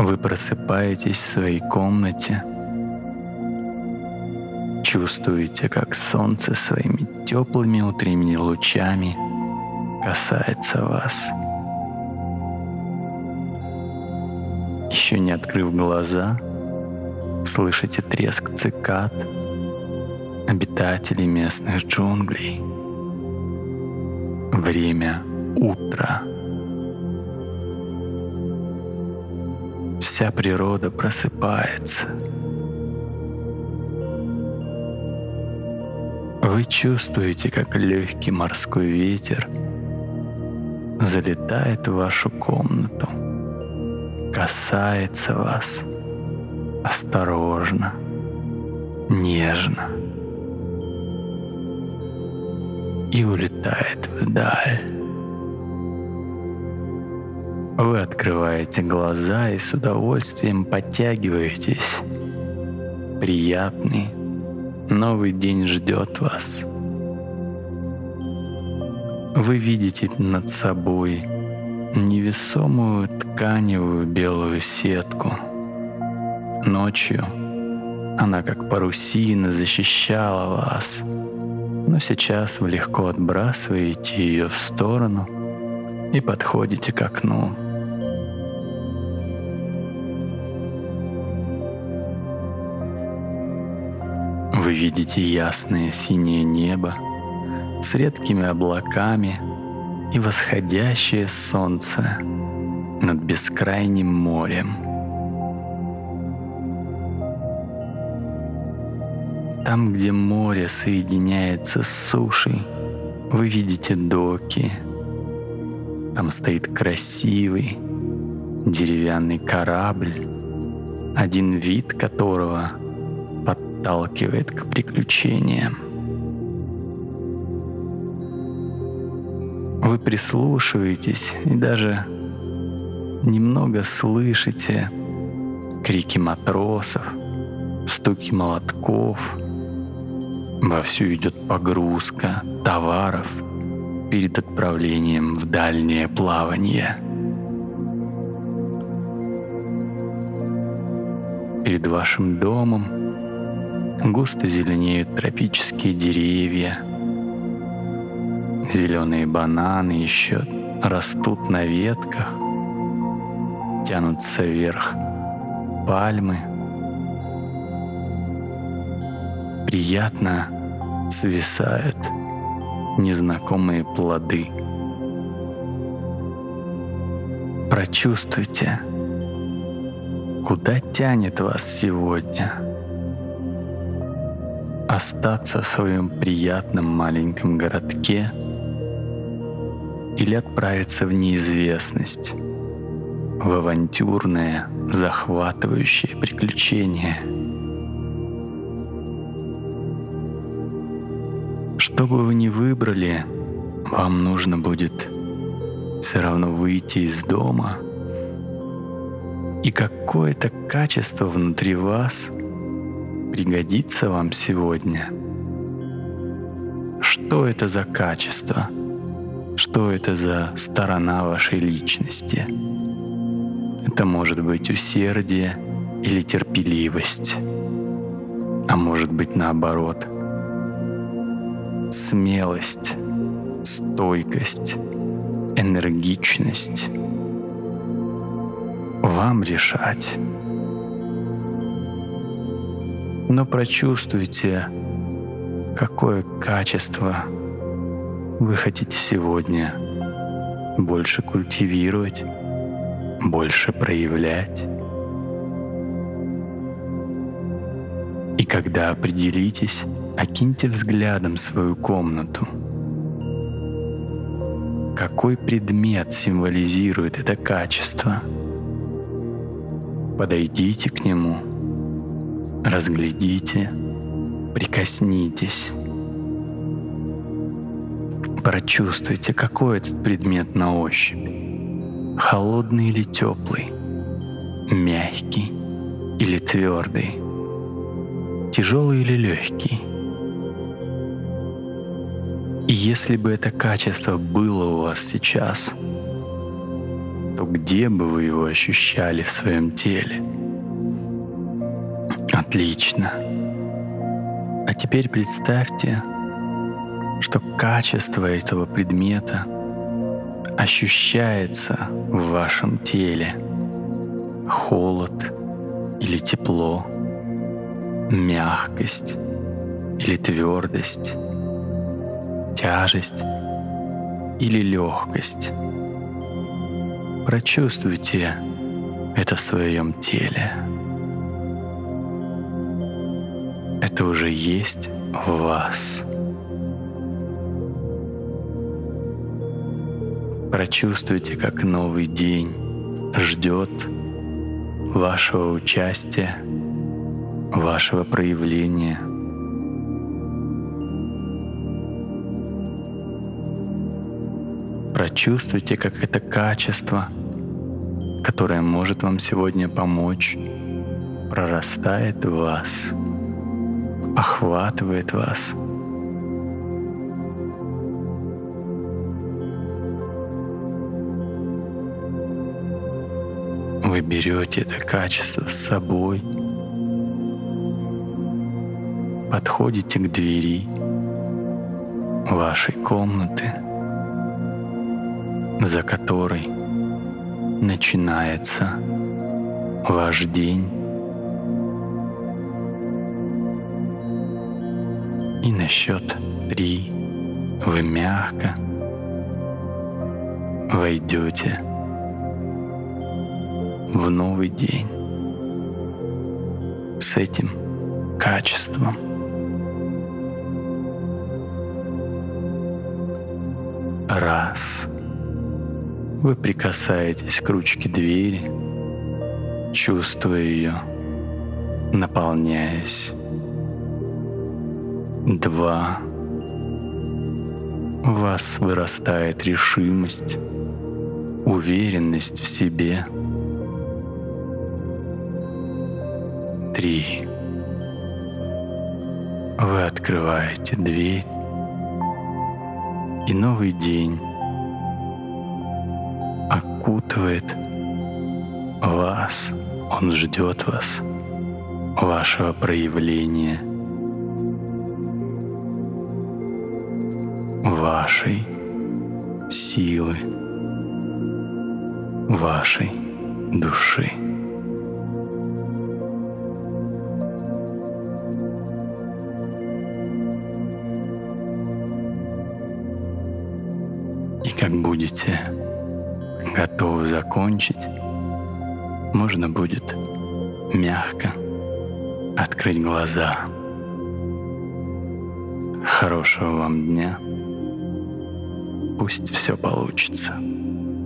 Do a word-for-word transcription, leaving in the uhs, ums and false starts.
Вы просыпаетесь в своей комнате, чувствуете, как солнце своими теплыми утренними лучами касается вас. Еще не открыв глаза, слышите треск цикад, обитателей местных джунглей. Время утра. Вся природа просыпается. Вы чувствуете, как легкий морской ветер залетает в вашу комнату, касается вас осторожно, нежно и улетает вдаль. Вы открываете глаза и с удовольствием подтягиваетесь. Приятный новый день ждет вас. Вы видите над собой невесомую тканевую белую сетку. Ночью она, как парусина, защищала вас, но сейчас вы легко отбрасываете ее в сторону и подходите к окну. Вы видите ясное синее небо с редкими облаками и восходящее солнце над бескрайним морем. Там, где море соединяется с сушей, вы видите доки. Там стоит красивый деревянный корабль, один вид которого подталкивает к приключениям. Вы прислушиваетесь и даже немного слышите крики матросов, стуки молотков. Вовсю идет погрузка товаров перед отправлением в дальнее плавание. Перед вашим домом густо зеленеют тропические деревья. Зеленые бананы еще растут на ветках, тянутся вверх пальмы. Приятно свисают незнакомые плоды. Прочувствуйте, куда тянет вас сегодня. Остаться в своем приятном маленьком городке или отправиться в неизвестность, в авантюрное, захватывающее приключение. Что бы вы ни выбрали, вам нужно будет все равно выйти из дома, и какое-то качество внутри вас пригодится вам сегодня. Что это за качество? Что это за сторона вашей личности? Это может быть усердие или терпеливость, а может быть наоборот, смелость, стойкость, энергичность. Вам решать. Но прочувствуйте, какое качество вы хотите сегодня больше культивировать, больше проявлять. И когда определитесь, окиньте взглядом свою комнату. Какой предмет символизирует это качество? Подойдите к нему, разглядите, прикоснитесь. Прочувствуйте, какой этот предмет на ощупь. Холодный или теплый, мягкий или твердый, тяжелый или легкий. И если бы это качество было у вас сейчас, то где бы вы его ощущали в своем теле. Отлично. А теперь представьте, что качество этого предмета ощущается в вашем теле. Холод или тепло, мягкость или твердость, тяжесть или легкость. Прочувствуйте это в своем теле. Это уже есть в вас. Прочувствуйте, как новый день ждет вашего участия, вашего проявления. Прочувствуйте, как это качество, которое может вам сегодня помочь, прорастает в вас, охватывает вас. Вы берете это качество с собой, подходите к двери вашей комнаты, за которой начинается ваш день, и на счет три вы мягко войдете в новый день с этим качеством. Раз. Вы прикасаетесь к ручке двери, чувствуя ее, наполняясь. Два. У вас вырастает решимость, уверенность в себе. Три. Вы открываете дверь, и новый день окутывает вас, он ждет вас, вашего проявления, вашей силы, вашей души. И как будете готовы закончить, можно будет мягко открыть глаза. Хорошего вам дня. Пусть все получится.